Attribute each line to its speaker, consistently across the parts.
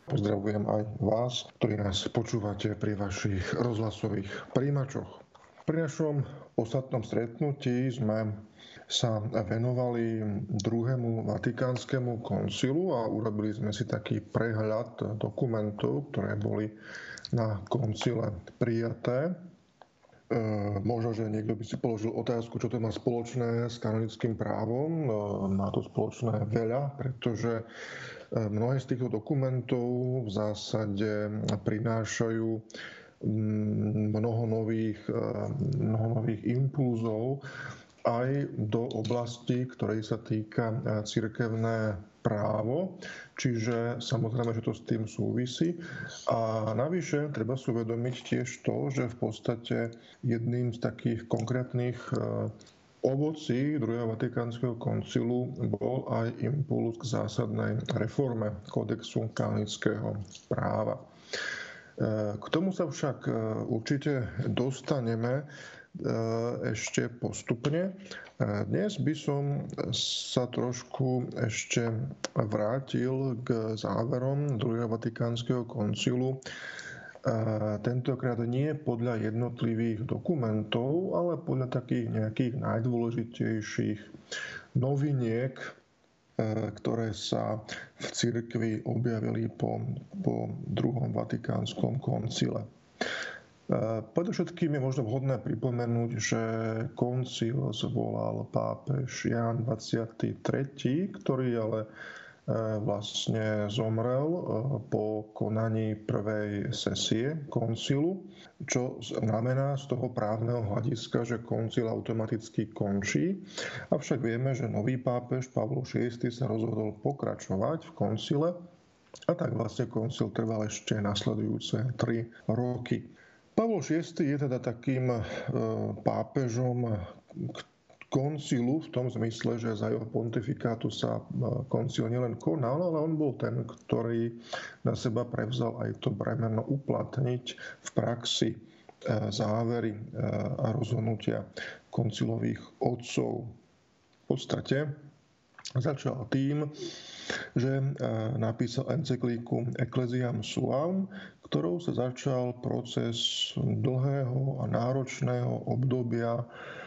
Speaker 1: Pozdravujem aj vás, ktorí nás počúvate pri vašich rozhlasových príjimačoch. Pri našom ostatnom stretnutí sme sa venovali druhému vatikánskemu koncilu a urobili sme si taký prehľad dokumentov, ktoré boli na koncile prijaté. Možno, že niekto by si položil otázku, čo to má spoločné s kanonickým právom. Má to spoločné veľa, pretože mnohé z týchto dokumentov v zásade prinášajú mnoho nových impulzov aj do oblasti, ktorej sa týka cirkevné právo, čiže samozrejme, že to s tým súvisí. A navyše treba si uvedomiť tiež to, že v podstate jedným z takých konkrétnych ovocí druhého vatikánskeho koncilu bol aj impuls k zásadnej reforme kódexu kanonického práva. K tomu sa však určite dostaneme ešte postupne. Dnes by som sa trošku ešte vrátil k záverom druhého vatikánskeho koncilu. Tentokrát nie podľa jednotlivých dokumentov, ale podľa takých nejakých najdôležitejších noviniek, ktoré sa v cirkvi objavili po druhom vatikánskom koncile. Predovšetkým je možno vhodné pripomenúť, že koncil zvolal pápež Ján 23., ktorý ale vlastne zomrel po konaní prvej sesie koncilu, čo znamená z toho právneho hľadiska, že koncil automaticky končí. Avšak vieme, že nový pápež Pavol VI sa rozhodol pokračovať v koncile a tak vlastne koncil trval ešte nasledujúce 3 roky. Pavol VI je teda takým pápežom koncilu v tom zmysle, že za jeho pontifikátu sa koncil nielen konal, ale on bol ten, ktorý na seba prevzal aj to bremeno uplatniť v praxi závery a rozhodnutia koncilových otcov. V podstate začal tým, že napísal encyklíku Ecclesiam Suam, ktorou sa začal proces dlhého a náročného obdobia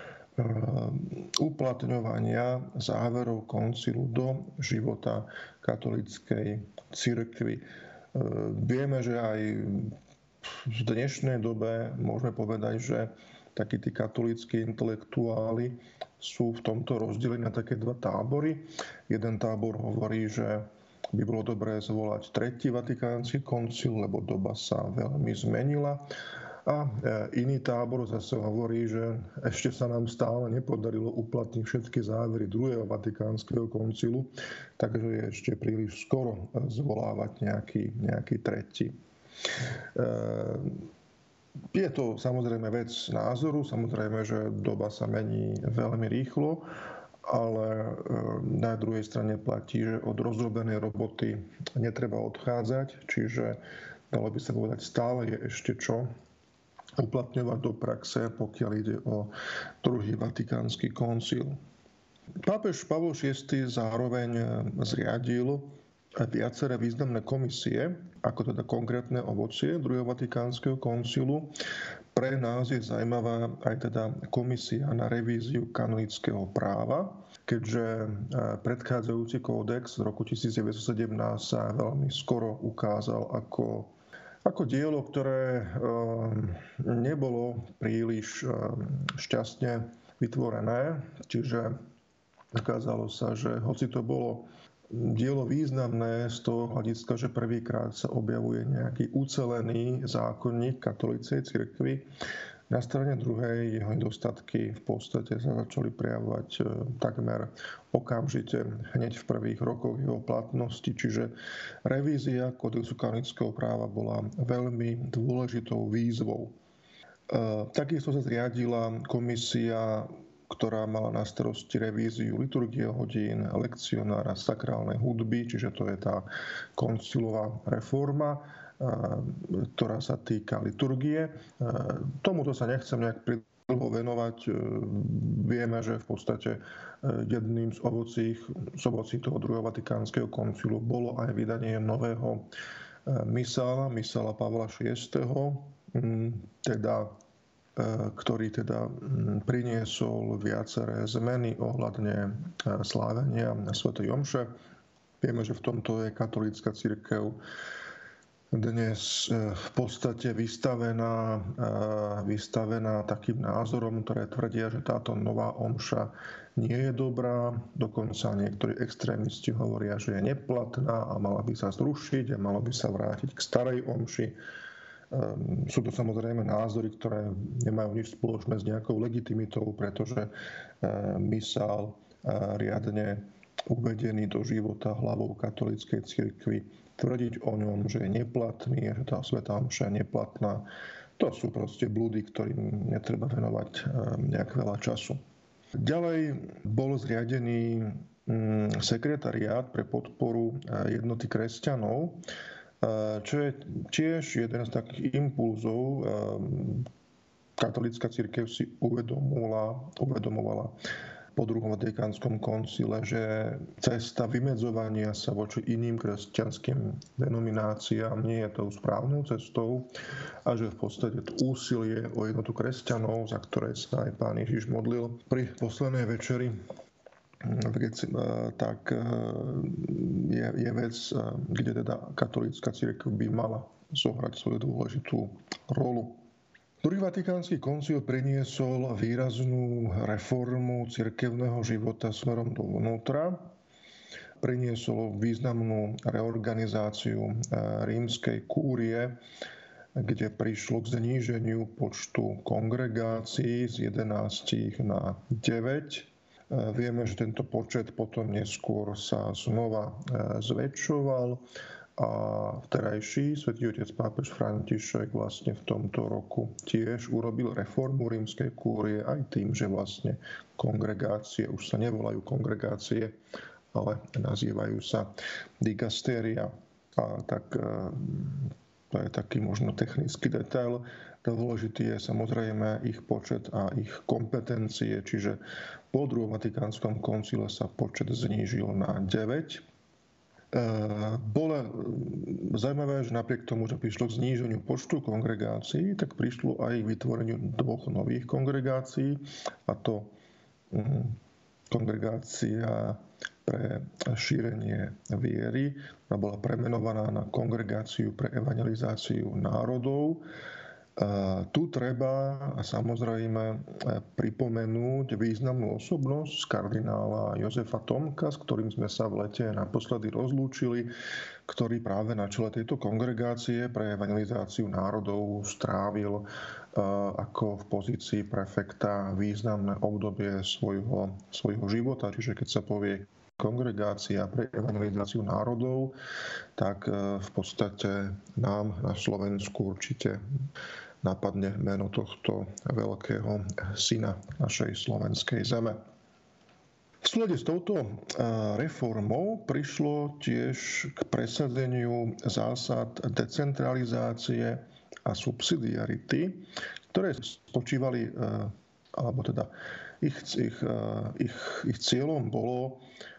Speaker 1: uplatňovania záverov koncilu do života katolíckej cirkvi. Vieme, že aj v dnešnej dobe môžeme povedať, že takí tí katolícki intelektuáli sú v tomto rozdelení na také 2 tábory. Jeden tábor hovorí, že by bolo dobré zvolať tretí vatikánsky koncil, lebo doba sa veľmi zmenila. A iný tábor zase hovorí, že ešte sa nám stále nepodarilo uplatniť všetky závery druhého vatikánskeho koncilu, takže je ešte príliš skoro zvolávať nejaký tretí. Je to samozrejme vec názoru, samozrejme, že doba sa mení veľmi rýchlo, ale na druhej strane platí, že od rozrobenej roboty netreba odchádzať, čiže dalo by sa povedať, stále je ešte čo uplatňovať do praxe, pokiaľ ide o druhý vatikánsky koncil. Pápež Pavol VI zároveň zriadil viaceré významné komisie, ako teda konkrétne ovocie druhého vatikánskeho koncilu. Pre nás je zaujímavá aj teda komisia na revíziu kanonického práva, keďže predchádzajúci kódex z roku 1917 sa veľmi skoro ukázal ako dielo, ktoré nebolo príliš šťastne vytvorené. Čiže ukázalo sa, že hoci to bolo dielo významné z toho hľadiska, že prvýkrát sa objavuje nejaký ucelený zákonník katolíckej cirkvi, na strane druhej jeho nedostatky v podstate sa začali prejavovať takmer okamžite hneď v prvých rokoch jeho platnosti, čiže revízia kódexu kanonického práva bola veľmi dôležitou výzvou. Takisto sa zriadila komisia, ktorá mala na starosti revíziu liturgie hodín, lekcionára sakrálnej hudby, čiže to je tá koncilová reforma, ktorá sa týka liturgie. Tomuto sa nechcem nejak dlho venovať. Vieme, že v podstate jedným z ovocí toho druhého vatikánskeho koncilu bolo aj vydanie nového misála Pavla VI., ktorý priniesol viaceré zmeny ohľadne slávenia svätej omše. Vieme, že v tomto je katolícka cirkev dnes v podstate vystavená takým názorom, ktoré tvrdia, že táto nová omša nie je dobrá. Dokonca niektorí extrémisti hovoria, že je neplatná a mala by sa zrušiť a malo by sa vrátiť k starej omši. Sú to samozrejme názory, ktoré nemajú nič spoločné s nejakou legitimitou, pretože misál riadne uvedený do života hlavou katolíckej cirkvi, tvrdiť o ňom, že je neplatný a že tá svätá omša je neplatná, to sú proste blúdy, ktorým netreba venovať nejak veľa času. Ďalej bol zriadený sekretariát pre podporu jednoty kresťanov, čo je tiež jeden z takých impulzov. Katolícka cirkev si uvedomovala po druhom vatikánskom koncile, že cesta vymedzovania sa voči iným kresťanským denomináciám nie je tou správnou cestou a že v podstate to úsilie o jednotu kresťanov, za ktoré sa aj Pán Ježiš modlil pri poslednej večeri, tak je vec, kde teda katolícka cirkev by mala zohrať svoju dôležitú rolu. Druhý vatikánsky koncil priniesol výraznú reformu cirkevného života smerom dovnútra. Priniesol významnú reorganizáciu rímskej kúrie, kde prišlo k zníženiu počtu kongregácií z 11 na 9. Vieme, že tento počet potom neskôr sa znova zväčšoval a vterajší svätý otec pápež František vlastne v tomto roku tiež urobil reformu rímskej kúrie aj tým, že vlastne kongregácie už sa nevolajú kongregácie, ale nazývajú sa digastéria. A tak to je taký možno technický detail. Dôležitý je samozrejme ich počet a ich kompetencie, čiže po druhom vatikánskom koncile sa počet znížil na 9. Bolo zaujímavé, že napriek tomu, že prišlo k zníženiu počtu kongregácií, tak prišlo aj k vytvoreniu 2 nových kongregácií, a to kongregácia pre šírenie viery, ktorá bola premenovaná na Kongregáciu pre evangelizáciu národov. Tu treba samozrejme pripomenúť významnú osobnosť kardinála Jozefa Tomka, s ktorým sme sa v lete naposledy rozlúčili, ktorý práve na čele tejto kongregácie pre evangelizáciu národov strávil ako v pozícii prefekta významné obdobie svojho života. Čiže keď sa povie Kongregácia pre evangelizáciu národov, tak v podstate nám na Slovensku určite napadne meno tohto veľkého syna našej slovenskej zeme. V súlade s touto reformou prišlo tiež k presadeniu zásad decentralizácie a subsidiarity, ktoré spočívali, alebo teda ich cieľom bolo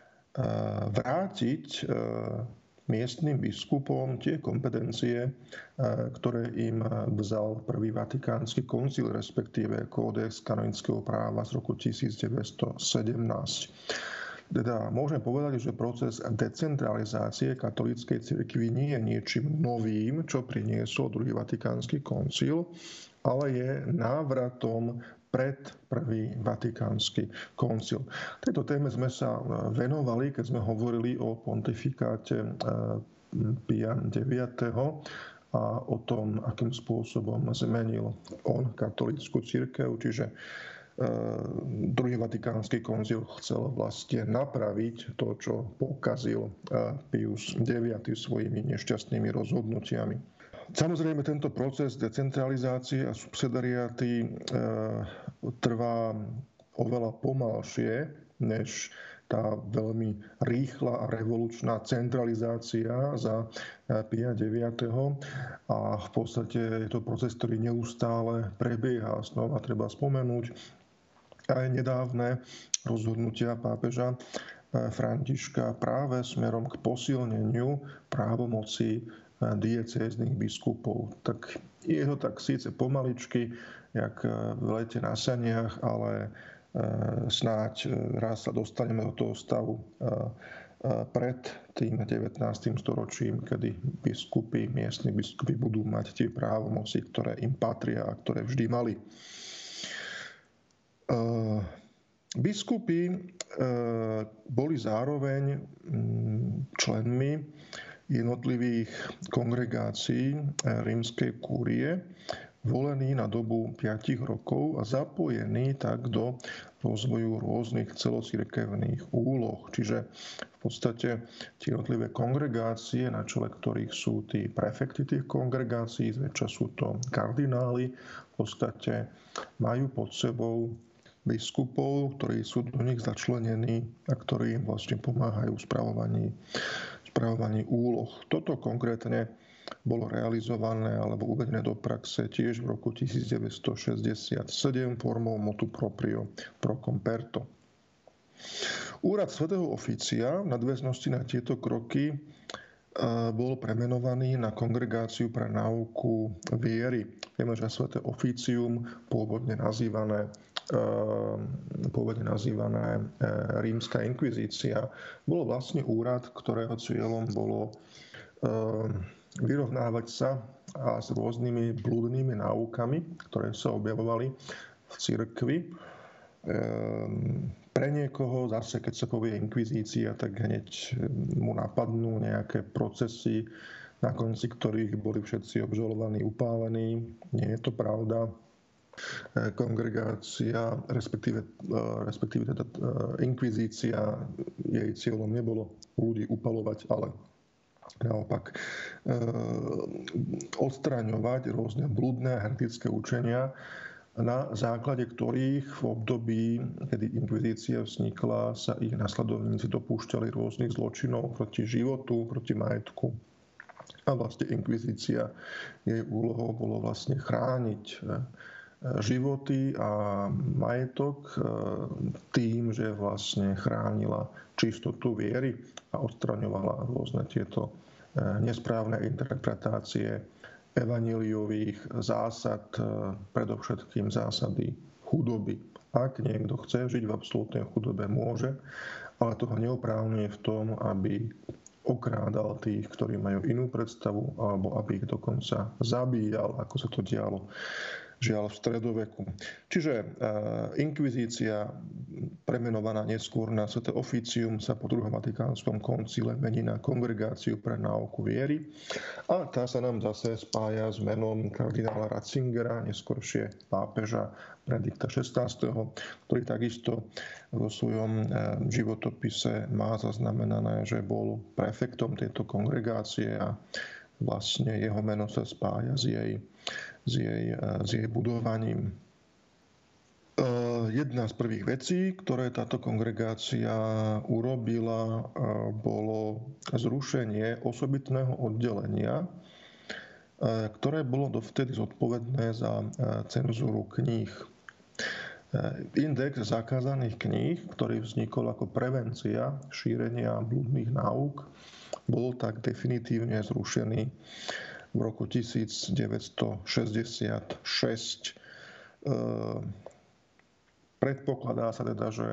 Speaker 1: vrátiť miestnym biskupom tie kompetencie, ktoré im vzal prvý vatikánsky koncil, respektíve Kódex kanonického práva z roku 1917. Teda môžeme povedať, že proces decentralizácie katolíckej cirkvi nie je niečím novým, čo priniesol druhý vatikánsky koncil, ale je návratom pred prvý vatikánsky koncil. Tejto téme sme sa venovali, keď sme hovorili o pontifikáte Pia IX. A o tom, akým spôsobom zmenil on katolícku cirkev. Čiže druhý vatikánsky koncil chcel vlastne napraviť to, čo pokazil Pius IX svojimi nešťastnými rozhodnutiami. Samozrejme, tento proces decentralizácie a subsidiarity trvá oveľa pomalšie než tá veľmi rýchla a revolučná centralizácia za Pia IX. A v podstate je to proces, ktorý neustále prebieha. Znova treba spomenúť aj nedávne rozhodnutia pápeža Františka práve smerom k posilneniu právomoci diecéznych biskupov. Tak je to tak síce pomaličky, jak v lete na saniach, ale snáď raz sa dostaneme do toho stavu pred tým 19. storočím, kedy miestni biskupy budú mať tie právomoci, ktoré im patria a ktoré vždy mali. Biskupy boli zároveň členmi jednotlivých kongregácií rímskej kúrie, volení na dobu 5 rokov a zapojení tak do rozvoju rôznych celocirkevných úloh. Čiže v podstate tie jednotlivé kongregácie, na čele ktorých sú tí prefekti tých kongregácií, zväčša sú to kardináli, v podstate majú pod sebou biskupov, ktorí sú do nich začlenení a ktorí im vlastne pomáhajú v spravovaní úloh. Toto konkrétne bolo realizované alebo uvedené do praxe tiež v roku 1967 formou motu proprio pro comperto. Úrad svätého oficia v nadväznosti na tieto kroky bol premenovaný na Kongregáciu pre náuku viery. Vieme, že sväté oficium, pôvodne nazývané rímska inkvizícia, bolo vlastne úrad, ktorého cieľom bolo vyrovnávať sa a s rôznymi blúdnymi náukami, ktoré sa objavovali v cirkvi. Pre niekoho zase, keď sa povie inkvizícia, tak hneď mu napadnú nejaké procesy, na konci ktorých boli všetci obžalovaní, upálení. Nie je to pravda. Kongregácia, respektíve teda inkvizícia, jej cieľom nebolo ľudí upalovať, ale naopak odstraňovať rôzne blúdne a heretické učenia, na základe ktorých v období, kedy inkvizícia vznikla, sa ich nasledovníci dopúšťali rôznych zločinov proti životu, proti majetku. A vlastne inkvizícia, jej úlohou bolo vlastne chrániť životy a majetok tým, že vlastne chránila čistotu viery a odstraňovala rôzne tieto nesprávne interpretácie evanjeliových zásad, predovšetkým zásady chudoby. Ak niekto chce žiť v absolútnej chudobe, môže, ale toho neoprávňuje v tom, aby okrádal tých, ktorí majú inú predstavu, alebo aby ich dokonca zabíjal, ako sa to dialo žiaľ v stredoveku. Čiže inkvizícia, premenovaná neskôr na sväté oficium, sa po druhom vatikánskom koncile mení na Kongregáciu pre náuku viery a tá sa nám zase spája s menom kardinála Ratzingera, neskôršie pápeža Benedikta XVI., ktorý takisto vo svojom životopise má zaznamenané, že bol prefektom tejto kongregácie a vlastne jeho meno sa spája s jej budovaním. Jedna z prvých vecí, ktoré táto kongregácia urobila, bolo zrušenie osobitného oddelenia, ktoré bolo dovtedy zodpovedné za cenzúru kníh. Index zakázaných kníh, ktorý vznikol ako prevencia šírenia blúdnych náuk, bol tak definitívne zrušený v roku 1966. Predpokladá sa teda, že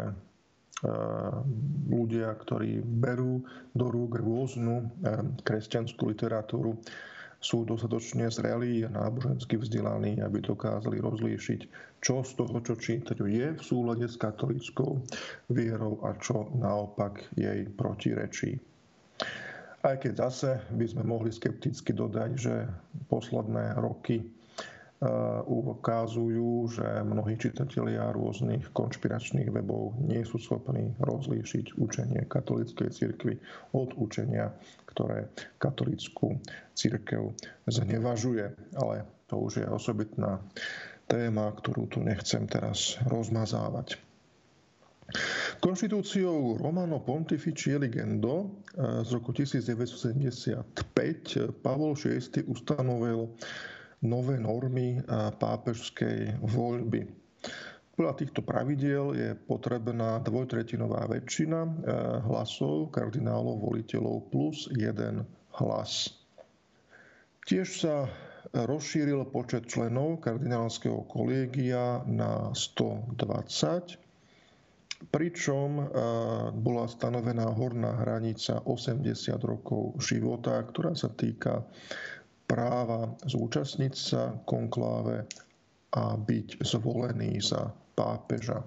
Speaker 1: ľudia, ktorí berú do rúk rôznu kresťanskú literatúru, sú dostatočne zrelí a nábožensky vzdelaní, aby dokázali rozlíšiť, čo z toho, čo čítajú, je v súlade s katolíckou vierou a čo naopak jej protirečí. Aj keď zase by sme mohli skepticky dodať, že posledné roky ukazujú, že mnohí čitatelia rôznych konšpiračných webov nie sú schopní rozlíšiť učenie katolíckej cirkvi od učenia, ktoré katolícku cirkev znevažuje. Ale to už je osobitná téma, ktorú tu nechcem teraz rozmazávať. Konštitúciou Romano Pontificie Legendo z roku 1975 Pavol VI ustanovil nové normy pápežskej voľby. Podľa týchto pravidiel je potrebná dvojtretinová väčšina hlasov kardinálov voliteľov plus jeden hlas. Tiež sa rozšíril počet členov kardinálskeho kolégia na 120, pričom bola stanovená horná hranica 80 rokov života, ktorá sa týka práva zúčastniť sa konkláve a byť zvolený za pápeža.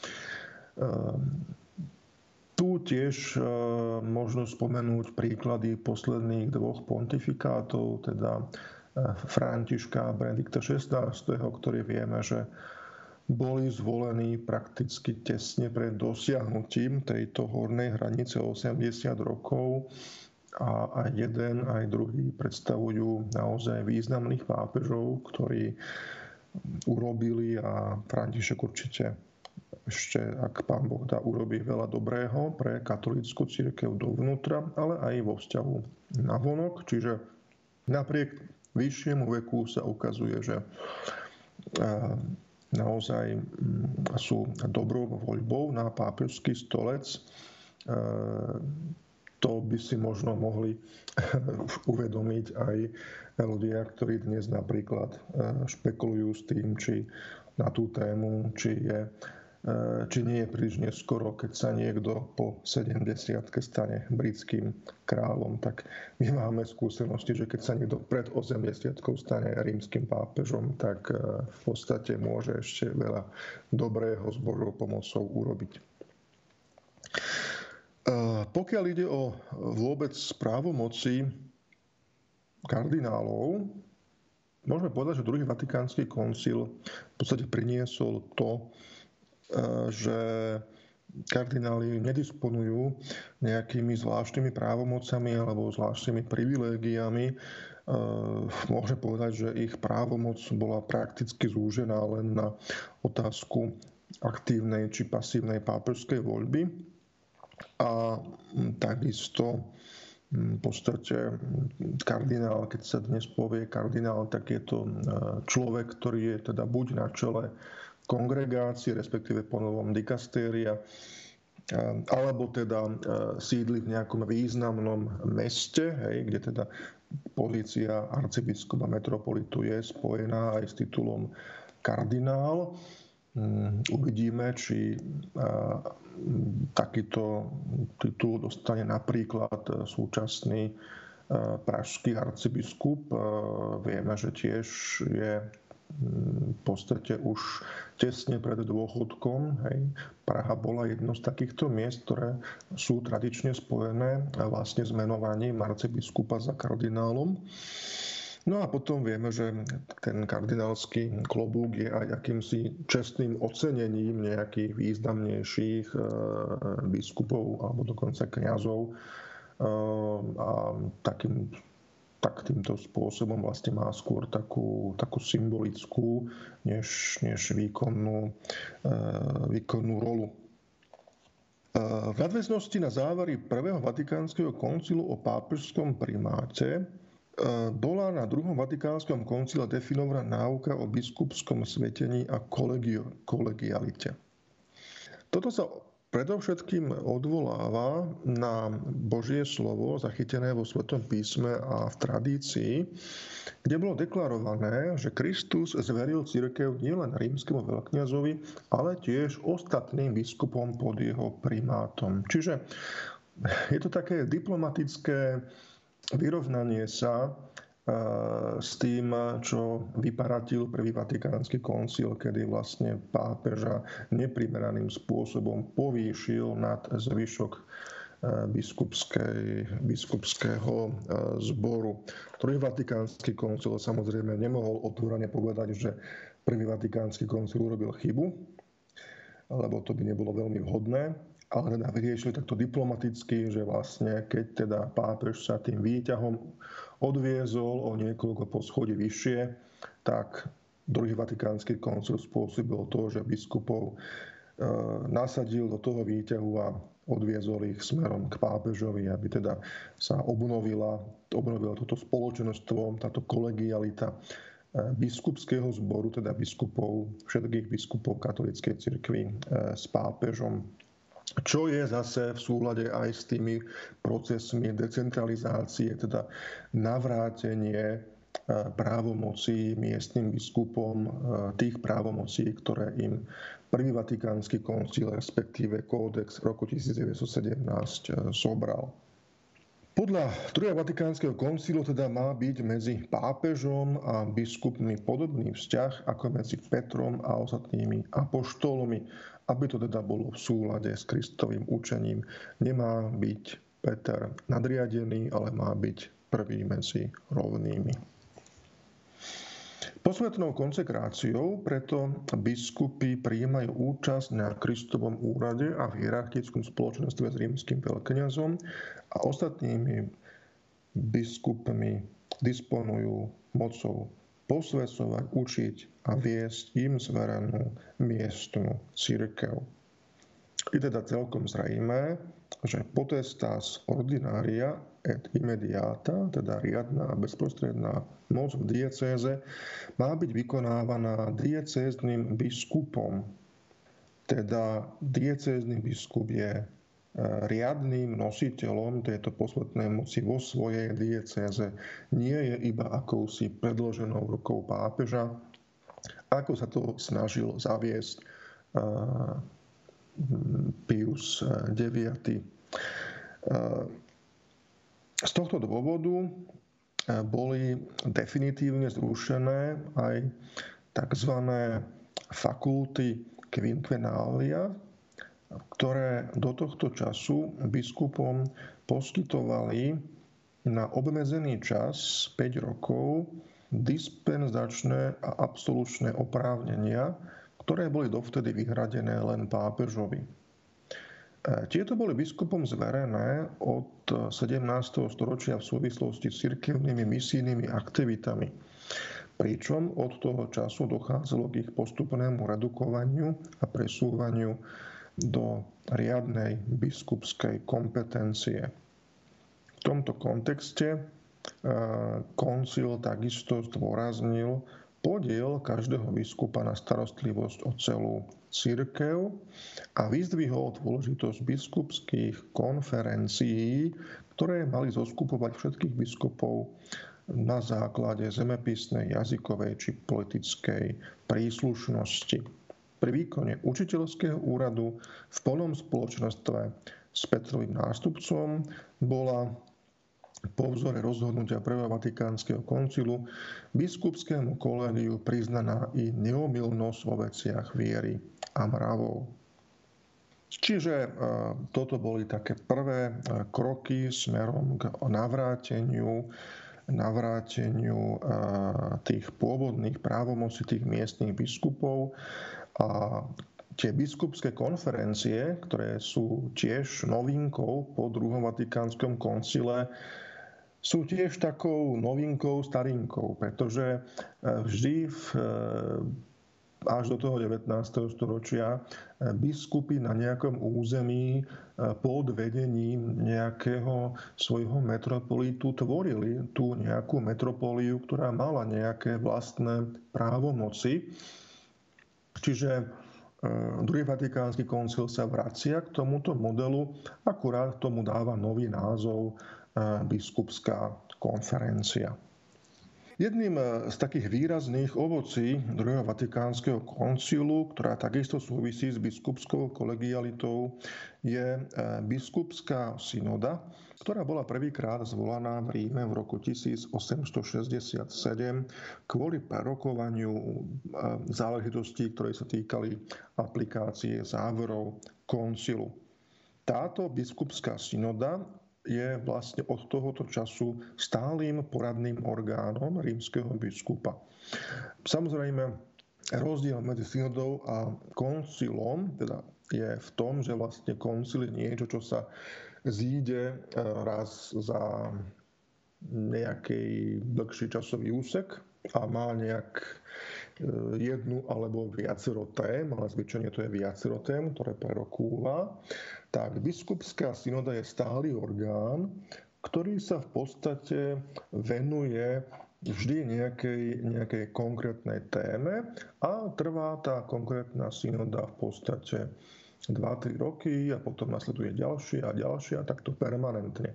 Speaker 1: Tu tiež možno spomenúť príklady posledných dvoch pontifikátov, teda Františka a Benedikta XVI, ktorí vieme, že boli zvolení prakticky tesne pred dosiahnutím tejto hornej hranice 80 rokov a aj jeden, aj druhý predstavujú naozaj významných pápežov, ktorí urobili, a František určite ešte, ak Pán Boh dá, urobí veľa dobrého pre katolícku cirkev dovnútra, ale aj vo vzťahu navonok. Čiže napriek vyššiemu veku sa ukazuje, že naozaj sú dobrou voľbou na pápežský stolec. To by si možno mohli uvedomiť aj ľudia, ktorí dnes napríklad špekulujú s tým, či na tú tému, či nie je príliš neskoro, keď sa niekto po 70-ke stane britským kráľom. Tak my máme skúsenosti, že keď sa niekto pred 80-kou stane rímskym pápežom, tak v podstate môže ešte veľa dobrého s Božou pomocou urobiť. Pokiaľ ide o vôbec právomoci kardinálov, môžeme povedať, že druhý vatikánsky koncil v podstate priniesol to, že kardináli nedisponujú nejakými zvláštnymi právomocami alebo zvláštnymi privilégiami. Môžeme povedať, že ich právomoc bola prakticky zúžená len na otázku aktívnej či pasívnej pápežskej voľby. A takisto v podstate kardinál, keď sa dnes povie kardinál, tak je to človek, ktorý je teda buď na čele kongregácie, respektíve po novom dikastéria, alebo teda sídli v nejakom významnom meste, kde teda pozícia arcibiskupa metropolitu je spojená aj s titulom kardinál. Uvidíme, či takýto titul dostane napríklad súčasný pražský arcibiskup. Vieme, že tiež je v podstate už tesne pred dôchodkom. Praha bola jedno z takýchto miest, ktoré sú tradične spojené vlastne s menovaním arcibiskupa za kardinálom. No a potom vieme, že ten kardinálsky klobúk je aj akýmsi čestným ocenením nejakých významnejších biskupov alebo dokonca kňazov. A týmto spôsobom vlastne má skôr takú symbolickú než výkonnú rolu. V nadväznosti na závery prvého vatikánskeho koncilu o pápežskom primáte bola na druhom vatikánskom koncile definovaná náuka o biskupskom svetení a kolegialite. Toto sa predovšetkým odvoláva na Božie slovo zachytené vo Svetom písme a v tradícii, kde bolo deklarované, že Kristus zveril cirkev nielen rímskemu veľkňazovi, ale tiež ostatným biskupom pod jeho primátom. Čiže je to také diplomatické vyrovnanie sa s tým, čo vyparatil prvý vatikánsky koncil, kedy vlastne pápeža neprimeraným spôsobom povýšil nad zvyšok biskupského zboru. Druhý vatikánsky koncil samozrejme nemohol otvorene povedať, že prvý vatikánsky koncil urobil chybu, lebo to by nebolo veľmi vhodné. Ale teda vyriešili takto diplomaticky, že vlastne keď teda pápež sa tým výťahom odviezol o niekoľko poschodí vyššie, tak druhý vatikánsky koncil spôsobil to, že biskupov nasadil do toho výťahu a odviezol ich smerom k pápežovi, aby teda sa obnovilo toto spoločenstvo, táto kolegialita biskupského zboru, teda všetkých biskupov katolíckej cirkvi s pápežom. Čo je zase v súlade aj s tými procesmi decentralizácie, teda navrátenie právomocí miestnym biskupom, tých právomocí, ktoré im Prvý vatikánsky koncil, respektíve kódex roku 1917 zobral. Podľa druhého vatikánskeho koncilu teda má byť medzi pápežom a biskupmi podobný vzťah ako medzi Petrom a ostatnými apoštolmi, aby to teda bolo v súlade s Kristovým učením. Nemá byť Peter nadriadený, ale má byť prvý medzi rovnými. Posvetnou konsekráciou preto biskupy prijímajú účasť na Kristovom úrade a v hierarchickom spoločenstve s rímskym veľkňazom a ostatnými biskupmi disponujú mocou posväcovať, učiť a viesť im zverenú miestnu cirkev. Je teda celkom zrejmé, že potestas ordinaria et immediata, teda riadna a bezprostredná moc v diecéze, má byť vykonávaná diecézným biskupom. Teda diecézny biskup je riadnym nositeľom tejto posvetnej moci vo svojej diecéze. Nie je iba akousi predloženou rukou pápeža, ako sa to snažil zaviesť Pius IX. Z tohto dôvodu boli definitívne zrušené aj tzv. Fakulty quinquennalia, ktoré do tohto času biskupom poskytovali na obmedzený čas 5 rokov dispenzačné a absolučné oprávnenia, ktoré boli dovtedy vyhradené len pápežovi. Tieto boli biskupom zverené od 17. storočia v súvislosti s cirkevnými misijnými aktivitami. Pričom od toho času dochádzalo k ich postupnému redukovaniu a presúvaniu do riadnej biskupskej kompetencie. V tomto kontexte koncil takisto zdôraznil podiel každého biskupa na starostlivosť o celú cirkev a vyzdvihol dôležitosť biskupských konferencií, ktoré mali zoskupovať všetkých biskupov na základe zemepisnej, jazykovej či politickej príslušnosti. Pri výkone učiteľského úradu v plnom spoločenstve s Petrovým nástupcom bola po vzore rozhodnutia Prvého vatikánskeho koncilu biskupskému kolégiu priznaná i neomylnosť vo veciach viery a mravov. Čiže toto boli také prvé kroky smerom k navráteniu tých pôvodných právomocí tých miestnych biskupov a tie biskupské konferencie, ktoré sú tiež novinkou po druhom vatikánskom koncile, sú tiež takou novinkou, starinkou, pretože vždy až do toho 19. storočia biskupy na nejakom území pod vedením nejakého svojho metropolitu tvorili tú nejakú metropoliu, ktorá mala nejaké vlastné právomoci. Čiže druhý vatikánsky koncil sa vracia k tomuto modelu, akurát tomu dáva nový názov biskupská konferencia. Jedným z takých výrazných ovocí druhého vatikánskeho koncilu, ktorá takisto súvisí s biskupskou kolegialitou, je biskupská synoda, ktorá bola prvýkrát zvolaná v Ríme v roku 1867 kvôli prerokovaniu záležitostí, ktoré sa týkali aplikácie záverov koncilu. Táto biskupská synoda je vlastne od tohoto času stálym poradným orgánom rímskeho biskupa. Samozrejme, rozdiel medzi synodou a koncilom teda je v tom, že vlastne koncil je niečo, čo sa zíde raz za nejaký dlhší časový úsek a má nejak jednu alebo viacero tém, ale zvyčajne to je viacero tém, ktoré prerokúva. Tak biskupská synoda je stály orgán, ktorý sa v podstate venuje vždy nejakej konkrétnej téme a trvá tá konkrétna synoda v podstate 2-3 roky a potom nasleduje ďalšie a takto permanentne.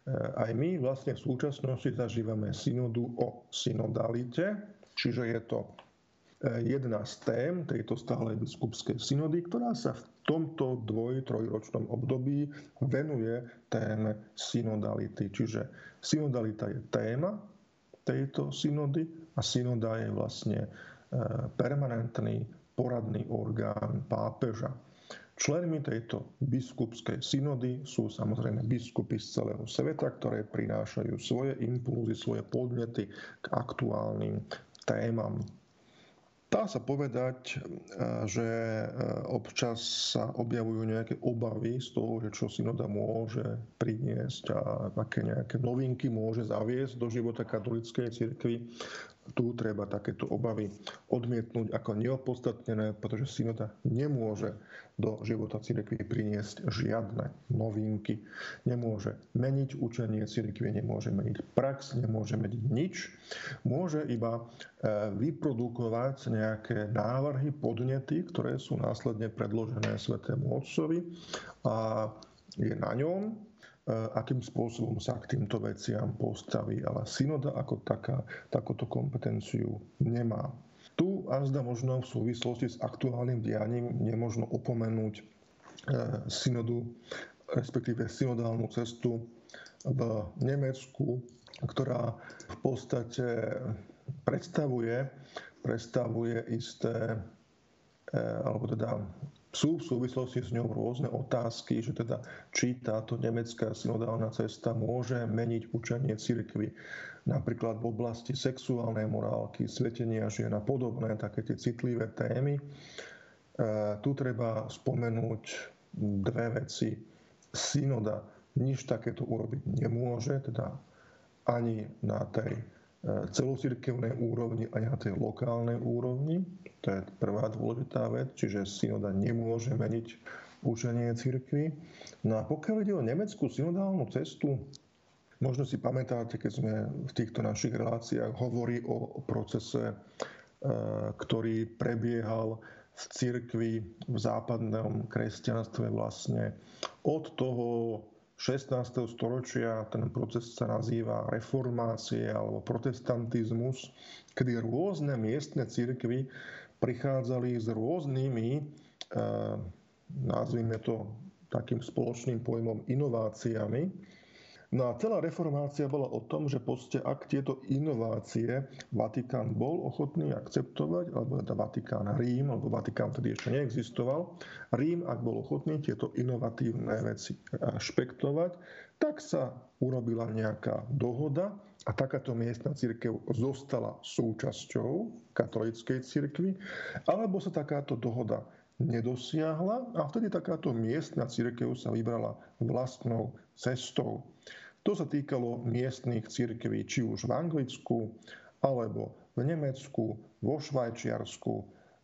Speaker 1: aj my vlastne v súčasnosti zažívame synodu o synodalite, čiže je to jedna z tém tejto stálej biskupskej synody, ktorá sa v tomto trojročnom období venuje téme synodality. Čiže synodalita je téma tejto synody a synoda je vlastne permanentný poradný orgán pápeža. Členmi tejto biskupskej synody sú samozrejme biskupy z celého sveta, ktoré prinášajú svoje impulzy, svoje podnety k aktuálnym témam. Dá sa povedať, že občas sa objavujú nejaké obavy z toho, že čo synoda môže priniesť a aké nejaké novinky môže zaviesť do života katolíckej cirkvi. Tu treba takéto obavy odmietnúť ako neopodstatnené, pretože synoda nemôže do života cirkvi priniesť žiadne novinky. Nemôže meniť učenie cirkvi, nemôže meniť prax, nemôže meniť nič. Môže iba vyprodukovať nejaké návrhy, podnety, ktoré sú následne predložené Svätému Otcovi a je na ňom, akým spôsobom sa k týmto veciam postaví. Ale synoda ako taká takúto kompetenciu nemá. Tu azda možno v súvislosti s aktuálnym dianím nemožno opomenúť synodu, respektíve synodálnu cestu v Nemecku, ktorá v podstate predstavuje isté, alebo teda sú v súvislosti s ňou rôzne otázky, že teda či táto nemecká synodálna cesta môže meniť učenie cirkvi, napríklad v oblasti sexuálnej morálky, svetenia žien a podobné, také tie citlivé témy. Tu treba spomenúť dve veci. Synoda nič takéto urobiť nemôže, teda ani na tej celocirkevnej úrovni, ani na tej lokálnej úrovni. To je prvá dôležitá vec, čiže synoda nemôže meniť učenie cirkvi. No a pokiaľ ide o nemeckú synodálnu cestu, možno si pamätáte, keď sme v týchto našich reláciách hovorili o procese, ktorý prebiehal v cirkvi, v západnom kresťanstve vlastne od toho 16. storočia. Ten proces sa nazýva reformácie alebo protestantizmus, kedy rôzne miestne cirkvy prichádzali s rôznymi, nazvime to takým spoločným pojmom, inováciami. No a celá reformácia bola o tom, že ak tieto inovácie Vatikán bol ochotný akceptovať, alebo teda Vatikán Rím, alebo Vatikán vtedy ešte neexistoval, Rím, ak bol ochotný tieto inovatívne veci rešpektovať, tak sa urobila nejaká dohoda a takáto miestna cirkev zostala súčasťou katolíckej cirkvi, alebo sa takáto dohoda nedosiahla a vtedy takáto miestna cirkev sa vybrala vlastnou cestou. To sa týkalo miestnych cirkví, či už v Anglicku, alebo v Nemecku, vo Švajčiarsku,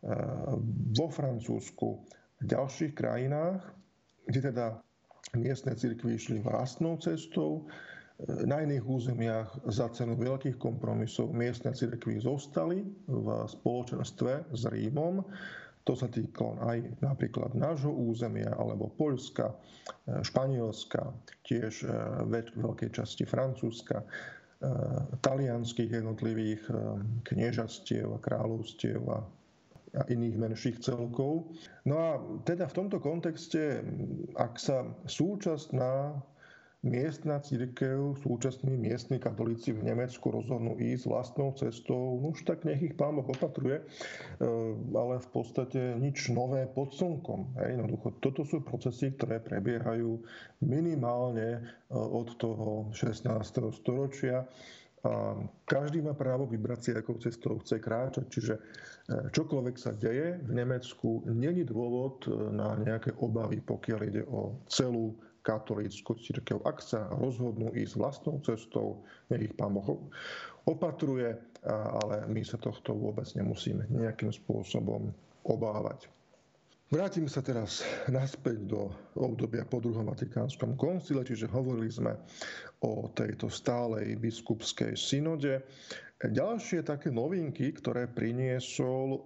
Speaker 1: vo Francúzsku, v ďalších krajinách, kde teda miestne cirkvi išli vlastnou cestou. Na iných územiach za cenu veľkých kompromisov miestne cirkvi zostali v spoločenstve s Rímom. To sa týkalo aj napríklad nášho územia, alebo Poľska, Španielska, tiež veľkej časti Francúzska, talianskych jednotlivých kniežatstiev a kráľovstiev a iných menších celkov. No a teda v tomto kontexte, ak sa súčasná miestna cirkev, súčasní miestni katolíci v Nemecku rozhodnú ísť vlastnou cestou, už tak nech ich Pán Boh opatruje, ale v podstate nič nové pod slnkom. Jednoducho, toto sú procesy, ktoré prebiehajú minimálne od toho 16. storočia. A každý má právo vybrať si, akou cestou chce kráčať. Čiže čokoľvek sa deje v Nemecku, není dôvod na nejaké obavy, pokiaľ ide o celú katolícku cirkev. Ak sa rozhodnú ísť vlastnou cestou, nech ich Pán Boh opatruje, ale my sa tohto vôbec nemusíme nejakým spôsobom obávať. Vrátim sa teraz naspäť do obdobia po druhom Vatikánskom koncile, čiže hovorili sme o tejto stálej biskupskej synode. Ďalšie také novinky, ktoré priniesol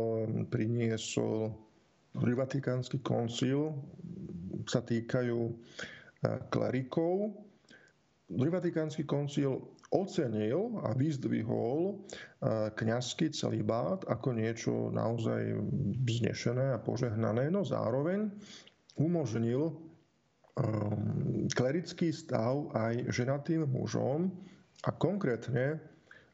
Speaker 1: druhý Vatikánsky koncil, sa týkajú klerikov. Druhý vatikánsky koncil ocenil a vyzdvihol kňazský celibát ako niečo naozaj vznešené a požehnané, no zároveň umožnil klerický stav aj ženatým mužom a konkrétne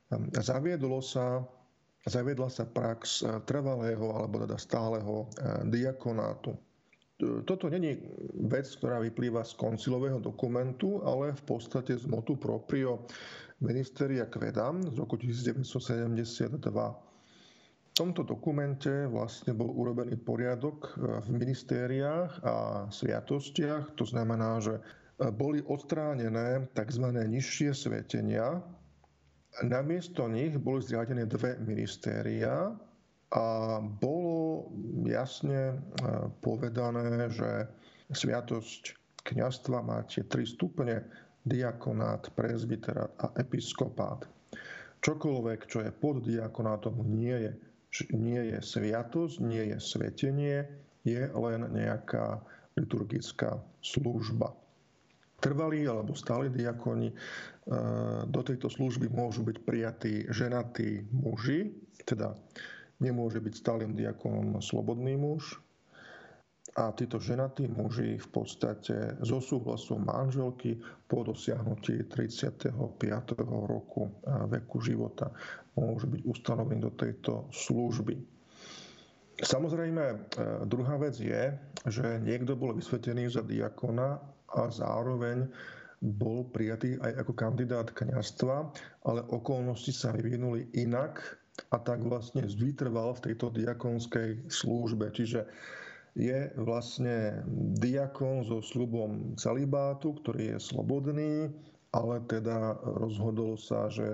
Speaker 1: zaviedla sa prax trvalého alebo teda stáleho diakonátu. Toto není vec, ktorá vyplýva z koncilového dokumentu, ale v podstate z motu proprio Ministeria Quaedam z roku 1972. V tomto dokumente vlastne bol urobený poriadok v ministériách a sviatostiach. To znamená, že boli odstránené tzv. Nižšie svätenia. Namiesto nich boli zriadené dve ministéria a bolo jasne povedané, že sviatosť kňazstva má tie 3 stupne: diakonát, presbyterát a episkopát. Čokoľvek, čo je pod diakonátom, nie je sviatosť, nie je svätenie, je len nejaká liturgická služba. Trvalí alebo stáli diakoni do tejto služby môžu byť prijatí ženatí muži, teda nemôže byť stálym diakonom slobodný muž. A títo ženatí muži v podstate so súhlasom manželky po dosiahnutí 35. roku veku života môžu byť ustanovení do tejto služby. Samozrejme, druhá vec je, že niekto bol vysvetený za diakona a zároveň bol prijatý aj ako kandidát kňazstva, ale okolnosti sa vyvinuli inak a tak vlastne vytrval v tejto diakonskej službe. Čiže je vlastne diakon so sľubom celibátu, ktorý je slobodný, ale teda rozhodol sa, že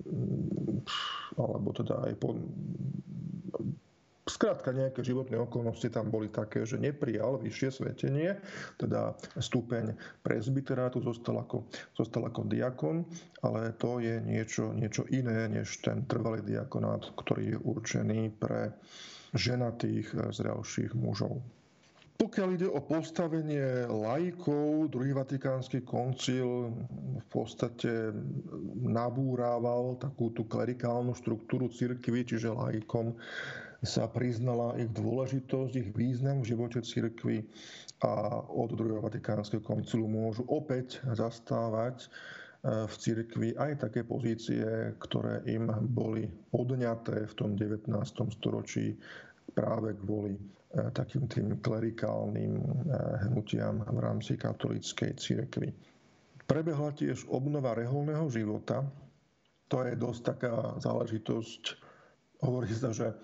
Speaker 1: alebo teda aj skrátka nejaké životné okolnosti tam boli také, že neprijal vyššie svätenie, teda stupeň presbyterátu, zostal ako diakon, ale to je niečo iné než ten trvalý diakonát, ktorý je určený pre ženatých zrelších mužov. Pokiaľ ide o postavenie laikov, druhý vatikánsky koncil v podstate nabúrával takú tú klerikálnu štruktúru cirkvi, čiže laikom sa priznala ich dôležitosť, ich význam v živote cirkvi a od druhého vatikánskeho koncilu môžu opäť zastávať v cirkvi aj také pozície, ktoré im boli odňaté v tom 19. storočí práve kvôli takým tým klerikálnym hnutiam v rámci katolíckej cirkvi. Prebehla tiež obnova reholného života. To je dosť taká záležitosť. Hovorí sa, že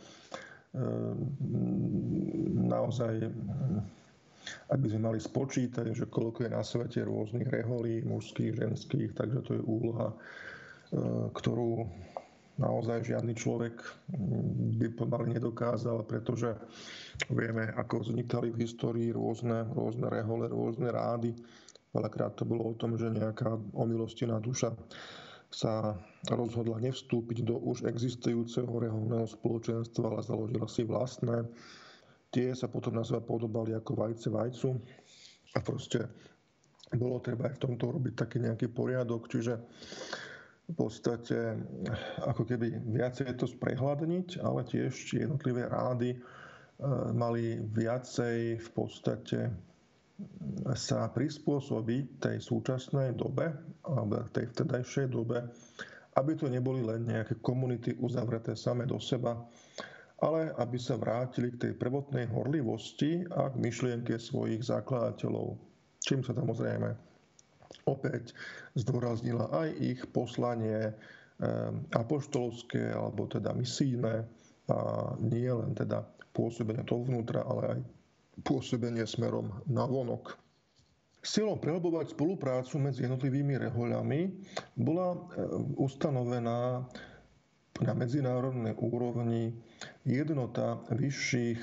Speaker 1: naozaj, ak by sme mali spočítať, že koľko je na svete rôznych reholí, mužských, ženských, takže to je úloha, ktorú naozaj žiadny človek by pomaly nedokázal, pretože vieme, ako vznikali v histórii rôzne rehole, rôzne rády. Veľakrát to bolo o tom, že nejaká omilostnená duša sa rozhodla nevstúpiť do už existujúceho reholného spoločenstva, ale založila si vlastné. Tie sa potom na seba podobali ako vajce vajcu a proste bolo treba aj v tomto robiť taký nejaký poriadok, čiže v podstate ako keby viacej to sprehľadniť, ale tiež jednotlivé rády mali viacej v podstate sa prispôsobiť tej súčasnej dobe, alebo tej vtedajšej dobe, aby to neboli len nejaké komunity uzavreté same do seba, ale aby sa vrátili k tej prvotnej horlivosti a k myšlienke svojich zakladateľov. Čím sa samozrejme opäť zdôraznila aj ich poslanie apoštolské, alebo teda misijné, a nie len teda pôsobenie dovnútra, ale aj pôsobenie smerom navonok. S cieľom prehlbovať spoluprácu medzi jednotlivými rehoľami bola ustanovená na medzinárodnej úrovni jednota vyšších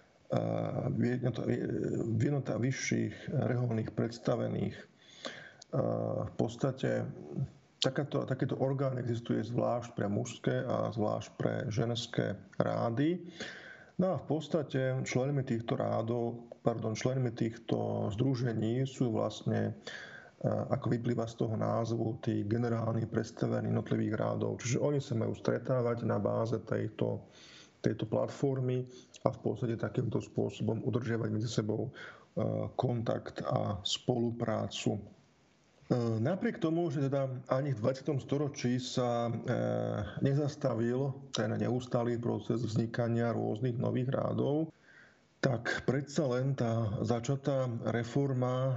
Speaker 1: reholných predstavených. V podstate takéto orgán existuje zvlášť pre mužské a zvlášť pre ženské rády. No a v podstate členmi týchto združení sú vlastne ako vyplýva z toho názvu, tí generálni predstavení jednotlivých rádov. Čiže oni sa majú stretávať na báze tejto platformy a v podstate takýmto spôsobom udržiavať medzi sebou kontakt a spoluprácu. Napriek tomu, že teda ani v 20. storočí sa nezastavil ten neustálý proces vznikania rôznych nových rádov, tak predsa len tá začatá reforma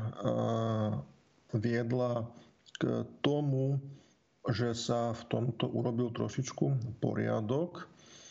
Speaker 1: viedla k tomu, že sa v tomto urobil trošičku poriadok.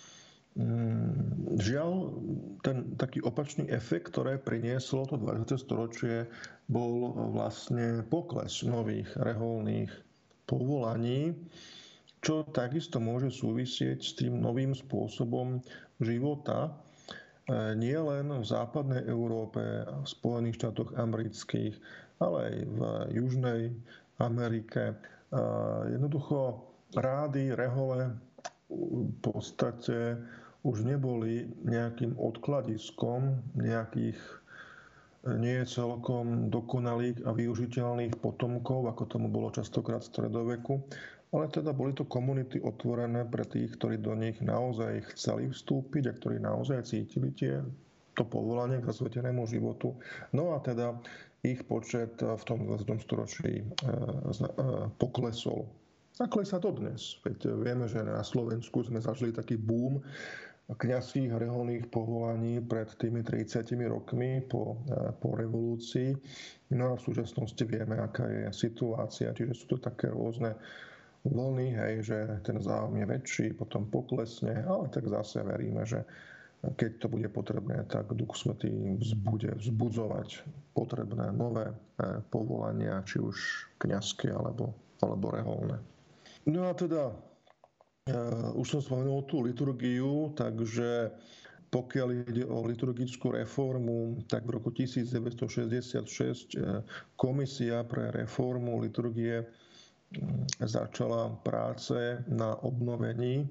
Speaker 1: Žiaľ, ten taký opačný efekt, ktoré prinieslo to 20. storočie, bol vlastne pokles nových reholných povolaní, čo takisto môže súvisieť s tým novým spôsobom života, nie len v západnej Európe, v Spojených štátoch amerických, ale aj v Južnej Amerike. Jednoducho rády, rehole v podstate už neboli nejakým odkladiskom nejakých nie celkom dokonalých a využiteľných potomkov, ako tomu bolo častokrát v stredoveku, ale teda boli to komunity otvorené pre tých, ktorí do nich naozaj chceli vstúpiť a ktorí naozaj cítili to povolanie k zasvetenému životu. No a teda ich počet v tom 20. storočí poklesol. A klesá dodnes. Veď vieme, že na Slovensku sme zažili taký boom kňazských a reholných povolaní pred tými 30 rokmi po revolúcii. No a v súčasnosti vieme, aká je situácia. Čiže sú to také rôzne vlny, hej, že ten záujem je väčší, potom poklesne, ale tak zase veríme, že keď to bude potrebné, tak Duch Svätý bude vzbudzovať potrebné nové povolania, či už kňazské alebo reholné. No a teda už som spomenul tú liturgiu, takže pokiaľ ide o liturgickú reformu, tak v roku 1966 Komisia pre reformu liturgie začala práce na obnovení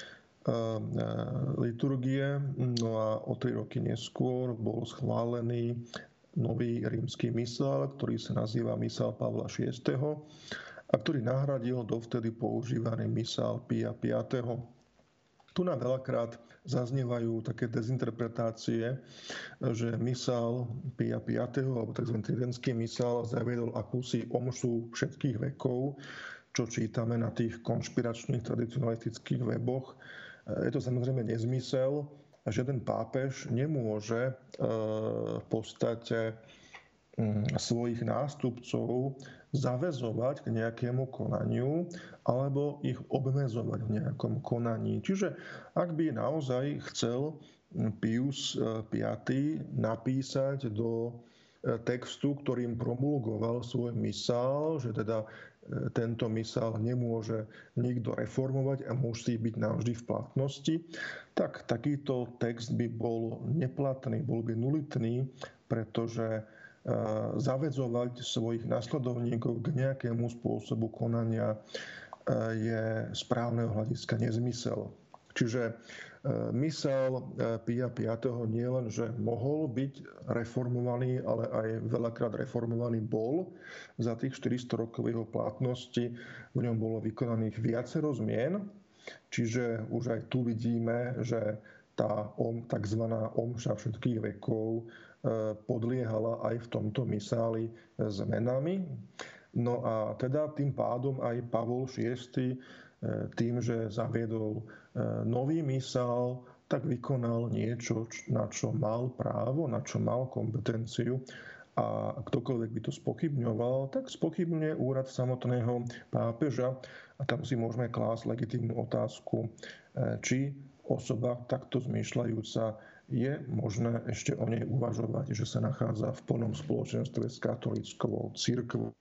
Speaker 1: liturgie. No a o 3 roky neskôr bol schválený nový rímsky misál, ktorý sa nazýva misál Pavla VI. A ktorý nahradil dovtedy používaný misál Pia V. Tu nám veľakrát zaznievajú také dezinterpretácie, že misál Pia V. alebo tzv. Tridentský misál zaviedol akúsi omšu všetkých vekov, čo čítame na tých konšpiračných tradicionalistických weboch. Je to samozrejme nezmysel. Žiaden pápež nemôže v podstate svojich nástupcov zaväzovať k nejakému konaniu alebo ich obmedzovať v nejakom konaní. Čiže ak by naozaj chcel Pius V. napísať do textu, ktorým promulgoval svoj misál, že teda tento misál nemôže nikto reformovať a musí byť navždy v platnosti, tak takýto text by bol neplatný, bol by nulitný, pretože zavedzovať svojich nasledovníkov k nejakému spôsobu konania je z právneho hľadiska nezmysel. Čiže misál Pia V. nie len, že mohol byť reformovaný, ale aj veľakrát reformovaný bol. Za tých 400 rokov jeho platnosti v ňom bolo vykonaných viacero zmien. Čiže už aj tu vidíme, že tá tzv. Omša všetkých vekov podliehala aj v tomto misáli zmenami. No a teda tým pádom aj Pavol VI tým, že zaviedol nový misál, tak vykonal niečo, na čo mal právo, na čo mal kompetenciu. A ktokoľvek by to spochybňoval, tak spochybňuje úrad samotného pápeža. A tam si môžeme klásť legitímnu otázku, či osoba takto zmýšľajúca je možné ešte o nej uvažovať, že sa nachádza v plnom spoločenstve s katolíckou cirkvou.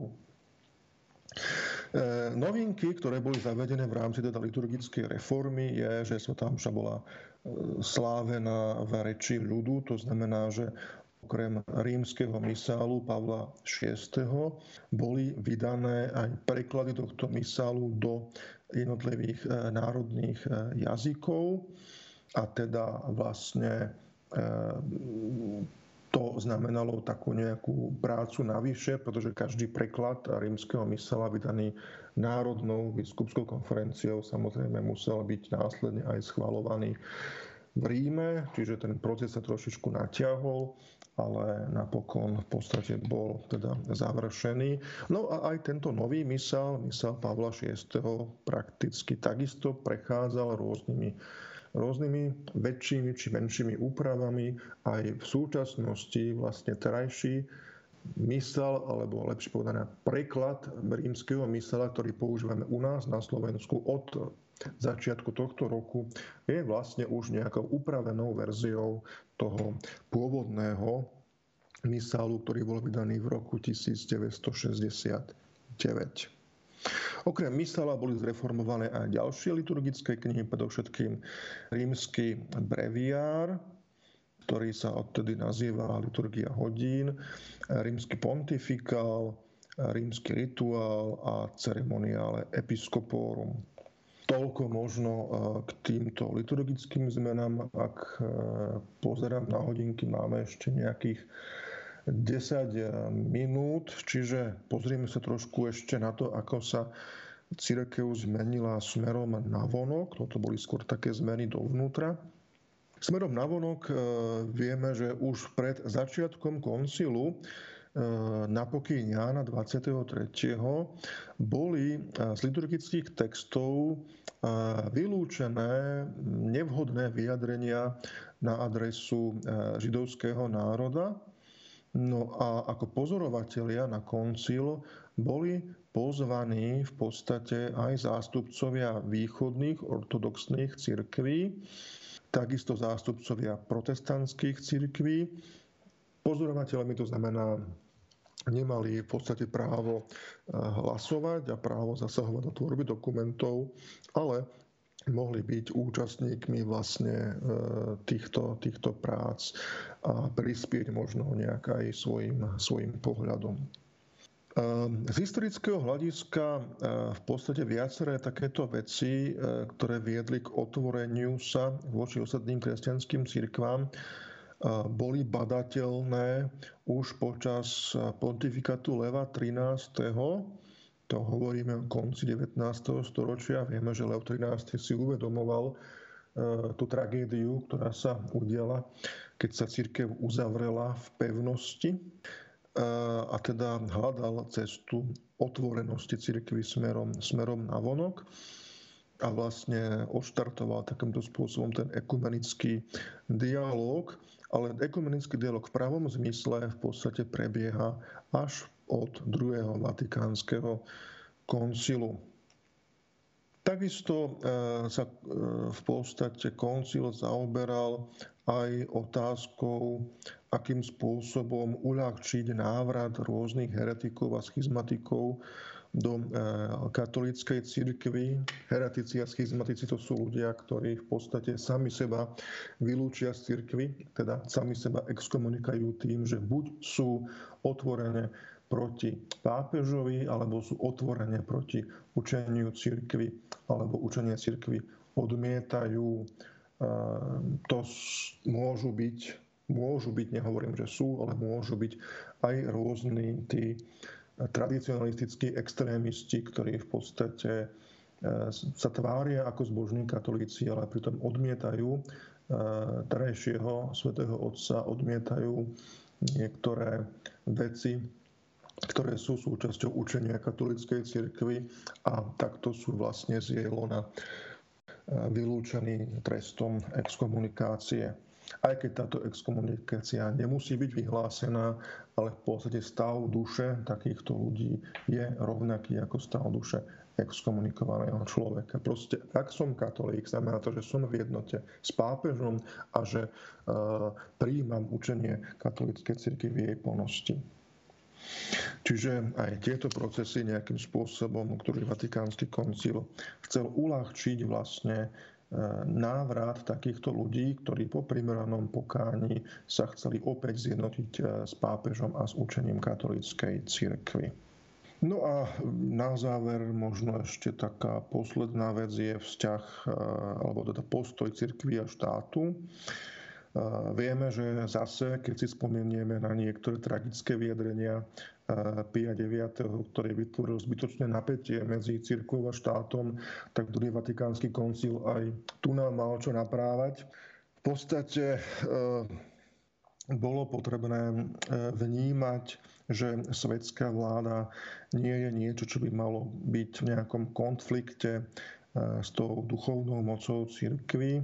Speaker 1: Novinky, ktoré boli zavedené v rámci teda liturgickej reformy, je, že svätá omša bola slávená v reči ľudu. To znamená, že okrem rímskeho misálu Pavla VI. Boli vydané aj preklady tohto misálu do jednotlivých národných jazykov. A teda vlastne To znamenalo takú nejakú prácu navyše, pretože každý preklad rímskeho misala vydaný Národnou biskupskou konferenciou samozrejme musel byť následne aj schvaľovaný v Ríme, čiže ten proces sa trošičku natiahol, ale napokon v podstate bol teda završený. No a aj tento nový misal Pavla VI. Prakticky takisto prechádzal rôznymi väčšími či menšími úpravami. Aj v súčasnosti vlastne terajší misal, alebo lepšie povedané preklad rímskeho misala, ktorý používame u nás na Slovensku od začiatku tohto roku, je vlastne už nejakou upravenou verziou toho pôvodného misalu, ktorý bol vydaný v roku 1969. Okrem misala boli zreformované aj ďalšie liturgické knihy, predovšetkým rímsky breviár, ktorý sa odtedy nazýva Liturgia hodín, rímsky pontifikál, rímsky rituál a ceremoniále episcoporum. Toľko možno k týmto liturgickým zmenám. Ak pozerám na hodinky, máme ešte nejakých 10 minút, čiže pozrieme sa trošku ešte na to, ako sa cirkev zmenila smerom navonok. Toto boli skôr také zmeny dovnútra. Smerom navonok vieme, že už pred začiatkom koncilu na pokyn Jána 23. boli z liturgických textov vylúčené nevhodné vyjadrenia na adresu židovského národa. No a ako pozorovatelia na koncil boli pozvaní v podstate aj zástupcovia východných ortodoxných cirkví, takisto zástupcovia protestantských cirkví. Pozorovateľmi to znamená, nemali v podstate právo hlasovať a právo zasahovať do tvorby dokumentov, ale mohli byť účastníkmi vlastne týchto prác a prispieť možno nejak aj svojim pohľadom. Z historického hľadiska v podstate viaceré takéto veci, ktoré viedli k otvoreniu sa voči ostatným kresťanským cirkvám, boli badateľné už počas pontifikátu Leva XIII. To hovoríme o konci 19. storočia. Vieme, že Lev XIII si uvedomoval tú tragédiu, ktorá sa udiala, keď sa cirkev uzavrela v pevnosti a teda hľadal cestu otvorenosti cirkvi smerom navonok a vlastne odštartoval takýmto spôsobom ten ekumenický dialóg. Ale ekumenický dialóg v pravom zmysle v podstate prebieha až od druhého vatikánskeho koncilu. Takisto sa v podstate koncil zaoberal aj otázkou, akým spôsobom uľahčiť návrat rôznych heretikov a schizmatikov do katolíckej cirkvi. Heretici a schizmatici to sú ľudia, ktorí v podstate sami seba vylúčia z cirkvi, teda sami seba exkomunikujú tým, že buď sú otvorené proti pápežovi, alebo sú otvorené proti učeniu cirkvi, alebo učenie cirkvi odmietajú. To môžu byť, nehovorím, že sú, ale môžu byť aj rôzni tí tradicionalistickí extrémisti, ktorí v podstate sa tvária ako zbožní katolíci, ale pritom odmietajú terajšieho svätého Otca, odmietajú niektoré veci, ktoré sú súčasťou učenia katolíckej cirkvi a takto sú vlastne z jej lona vylúčení trestom exkomunikácie. Aj keď táto exkomunikácia nemusí byť vyhlásená, ale v podstate stav duše takýchto ľudí je rovnaký ako stav duše exkomunikovaného človeka. Proste, ak som katolík, znamená to, že som v jednote s pápežom a že prijímam učenie katolíckej cirkvi v jej plnosti. Čiže aj tieto procesy nejakým spôsobom, ktorý Vatikánsky koncil chcel uľahčiť vlastne návrat takýchto ľudí, ktorí po primeranom pokáni sa chceli opäť zjednotiť s pápežom a s učením katolíckej cirkvi. No a na záver možno ešte taká posledná vec je vzťah, alebo teda postoj cirkvi a štátu. Vieme, že zase, keď si spomenieme na niektoré tragické vyjadrenia Pia IX, ktorý vytvoril zbytočné napätie medzi cirkvou a štátom, tak druhý Vatikánsky koncil aj tu nám mal čo naprávať. V podstate bolo potrebné vnímať, že svetská vláda nie je niečo, čo by malo byť v nejakom konflikte s tou duchovnou mocou cirkvi.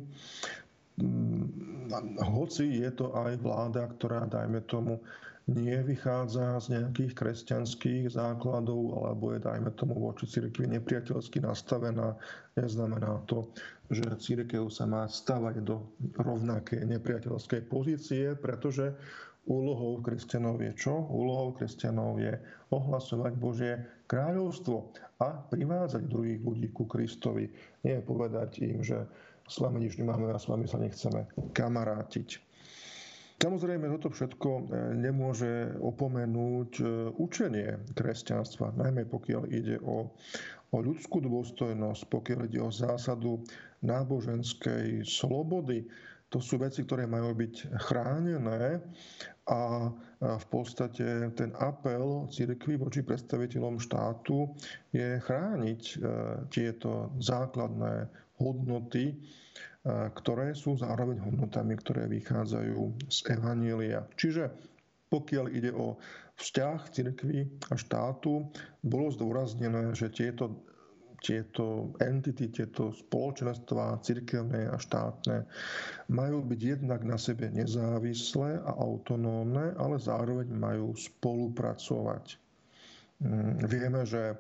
Speaker 1: Hoci je to aj vláda, ktorá, dajme tomu, nevychádza z nejakých kresťanských základov alebo je, dajme tomu, voči cirkvi nepriateľsky nastavená, neznamená to, že cirkev sa má stavať do rovnakej nepriateľskej pozície, pretože úlohou kresťanov je čo? Úlohou kresťanov je ohlasovať Božie kráľovstvo a privádzať druhých ľudí ku Kristovi. Nie je povedať im, že s vami nič nemáme a s vami sa nechceme kamarátiť. Samozrejme, toto všetko nemôže opomenúť učenie kresťanstva, najmä pokiaľ ide o ľudskú dôstojnosť, pokiaľ ide o zásadu náboženskej slobody. To sú veci, ktoré majú byť chránené a v podstate ten apel cirkvi voči predstaviteľom štátu je chrániť tieto základné hodnoty, ktoré sú zároveň hodnotami, ktoré vychádzajú z Evanjelia. Čiže pokiaľ ide o vzťah cirkvi a štátu, bolo zdôraznené, že tieto entity, tieto spoločenstvá cirkevné a štátne majú byť jednak na sebe nezávislé a autonómne, ale zároveň majú spolupracovať. Vieme, že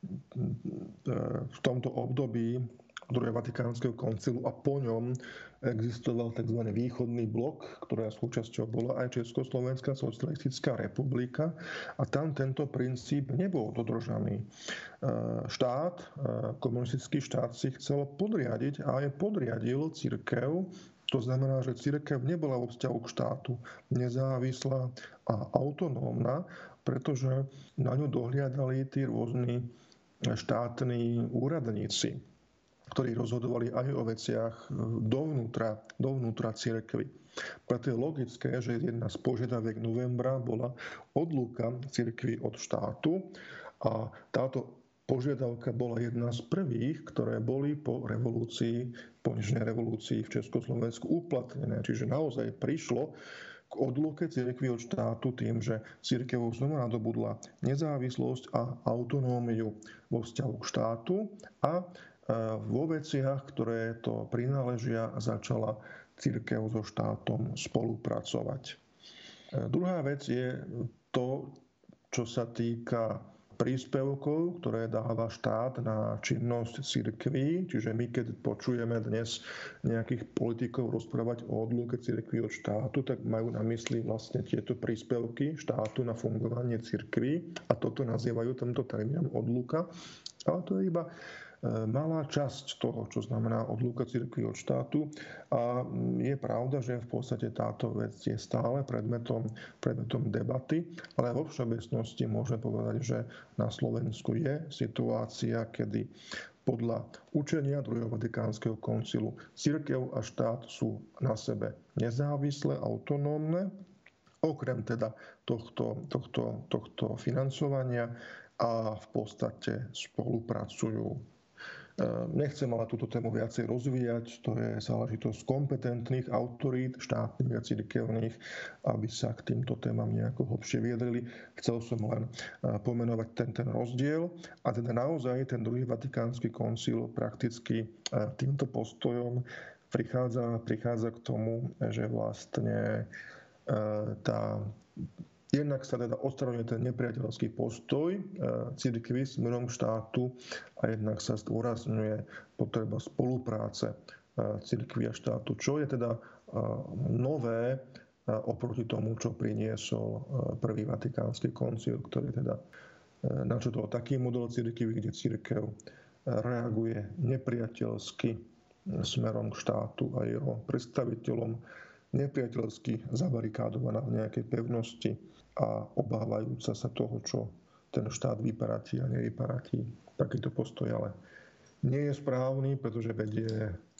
Speaker 1: v tomto období druhého Vatikánskeho koncilu a po ňom existoval tzv. Východný blok, ktorá súčasťou bola aj Československá socialistická republika a tam tento princíp nebol dodržaný. Štát, komunistický štát si chcel podriadiť a aj podriadil cirkev. To znamená, že cirkev nebola vo vzťahu k štátu nezávislá a autonómna, pretože na ňu dohliadali tí rôzni štátni úradníci, ktorí rozhodovali aj o veciach dovnútra cirkvi. Preto je logické, že jedna z požiadaviek novembra bola odlúka cirkvi od štátu a táto požiadavka bola jedna z prvých, ktoré boli po nežnej revolúcii v Československu uplatnené. Čiže naozaj prišlo k odluke cirkvi od štátu tým, že cirkev znova nadobudla nezávislosť a autonómiu vo vzťahu k štátu a vo veciach, ktoré to prináležia, začala cirkev so štátom spolupracovať. Druhá vec je to, čo sa týka príspevkov, ktoré dáva štát na činnosť cirkví. Čiže my, keď počujeme dnes nejakých politikov rozprávať o odluke cirkví od štátu, tak majú na mysli vlastne tieto príspevky štátu na fungovanie cirkví a toto nazývajú tento termínom odluka. Ale to je iba malá časť toho, čo znamená odlúka cirkvi od štátu a je pravda, že v podstate táto vec je stále predmetom debaty, ale vo všeobecnosti môžeme povedať, že na Slovensku je situácia, kedy podľa učenia druhého Vatikánskeho koncilu cirkev a štát sú na sebe nezávislé, autonómne, okrem teda tohto financovania a v podstate spolupracujú. Nechcem ale túto tému viacej rozvíjať, to je záležitosť kompetentných autorít štátnych a cirkevných, aby sa k týmto témam nejako hlbšie vyjadrili. Chcel som len pomenovať ten rozdiel a teda naozaj ten druhý Vatikánsky koncil prakticky týmto postojom prichádza k tomu, že vlastne jednak sa teda odstraňuje ten nepriateľský postoj cirkvi smerom k štátu a jednak sa zdôrazňuje potreba spolupráce cirkvi a štátu, čo je teda nové oproti tomu, čo priniesol prvý Vatikánsky koncil, ktorý teda načrtol taký model cirkvi, kde cirkev reaguje nepriateľsky smerom k štátu a jeho predstaviteľom, nepriateľsky zabarikádovaná v nejakej pevnosti a obávajúca sa toho, čo ten štát vyparatí a nevyparatí. Takýto postoj ale nie je správny, pretože vedie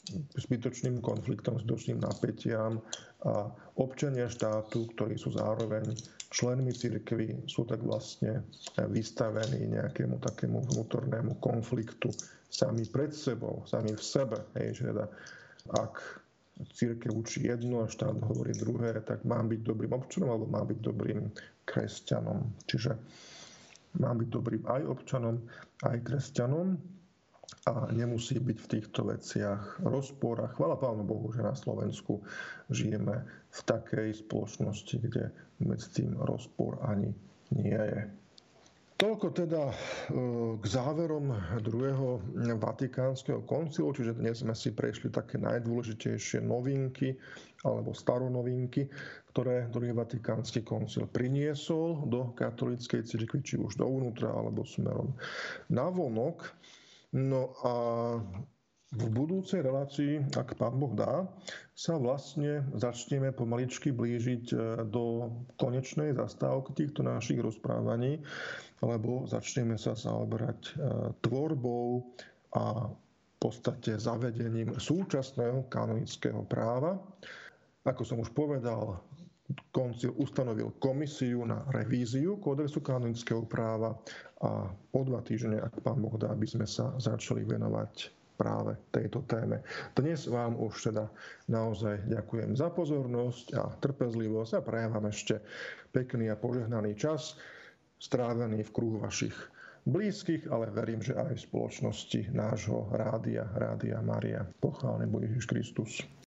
Speaker 1: zbytočným konfliktom, zbytočným napätiam a občania štátu, ktorí sú zároveň členmi cirkvi, sú tak vlastne vystavení nejakému takému vnútornému konfliktu sami pred sebou, sami v sebe. Hej, že teda, ak cirkev učí jedno a štát hovorí druhé, tak mám byť dobrým občanom alebo mám byť dobrým kresťanom. Čiže mám byť dobrým aj občanom, aj kresťanom a nemusí byť v týchto veciach rozpor. A chvála Pánu Bohu, že na Slovensku žijeme v takej spoločnosti, kde medzi tým rozpor ani nie je. Toľko teda k záverom druhého Vatikánskeho koncilu, čiže dnes sme si prešli také najdôležitejšie novinky alebo staronovinky, ktoré druhý Vatikánsky koncil priniesol do katolíckej cirkvi, či už dovnútra alebo smerom navonok. No a v budúcej relácii, ak Pán Boh dá, sa vlastne začneme pomaličky blížiť do konečnej zastávky týchto našich rozprávaní, lebo začneme sa zaoberať tvorbou a v podstate zavedením súčasného kanonického práva. Ako som už povedal, koncil ustanovil komisiu na revíziu kódexu kanonického práva a o 2 týždne, ak Pán Boh dá, aby sme sa začali venovať práve tejto téme. Dnes vám už teda naozaj ďakujem za pozornosť a trpezlivosť a prajem vám ešte pekný a požehnaný čas, strávený v kruhu vašich blízkych, ale verím, že aj v spoločnosti nášho Rádia Mária. Pochválený buď Ježiš Kristus.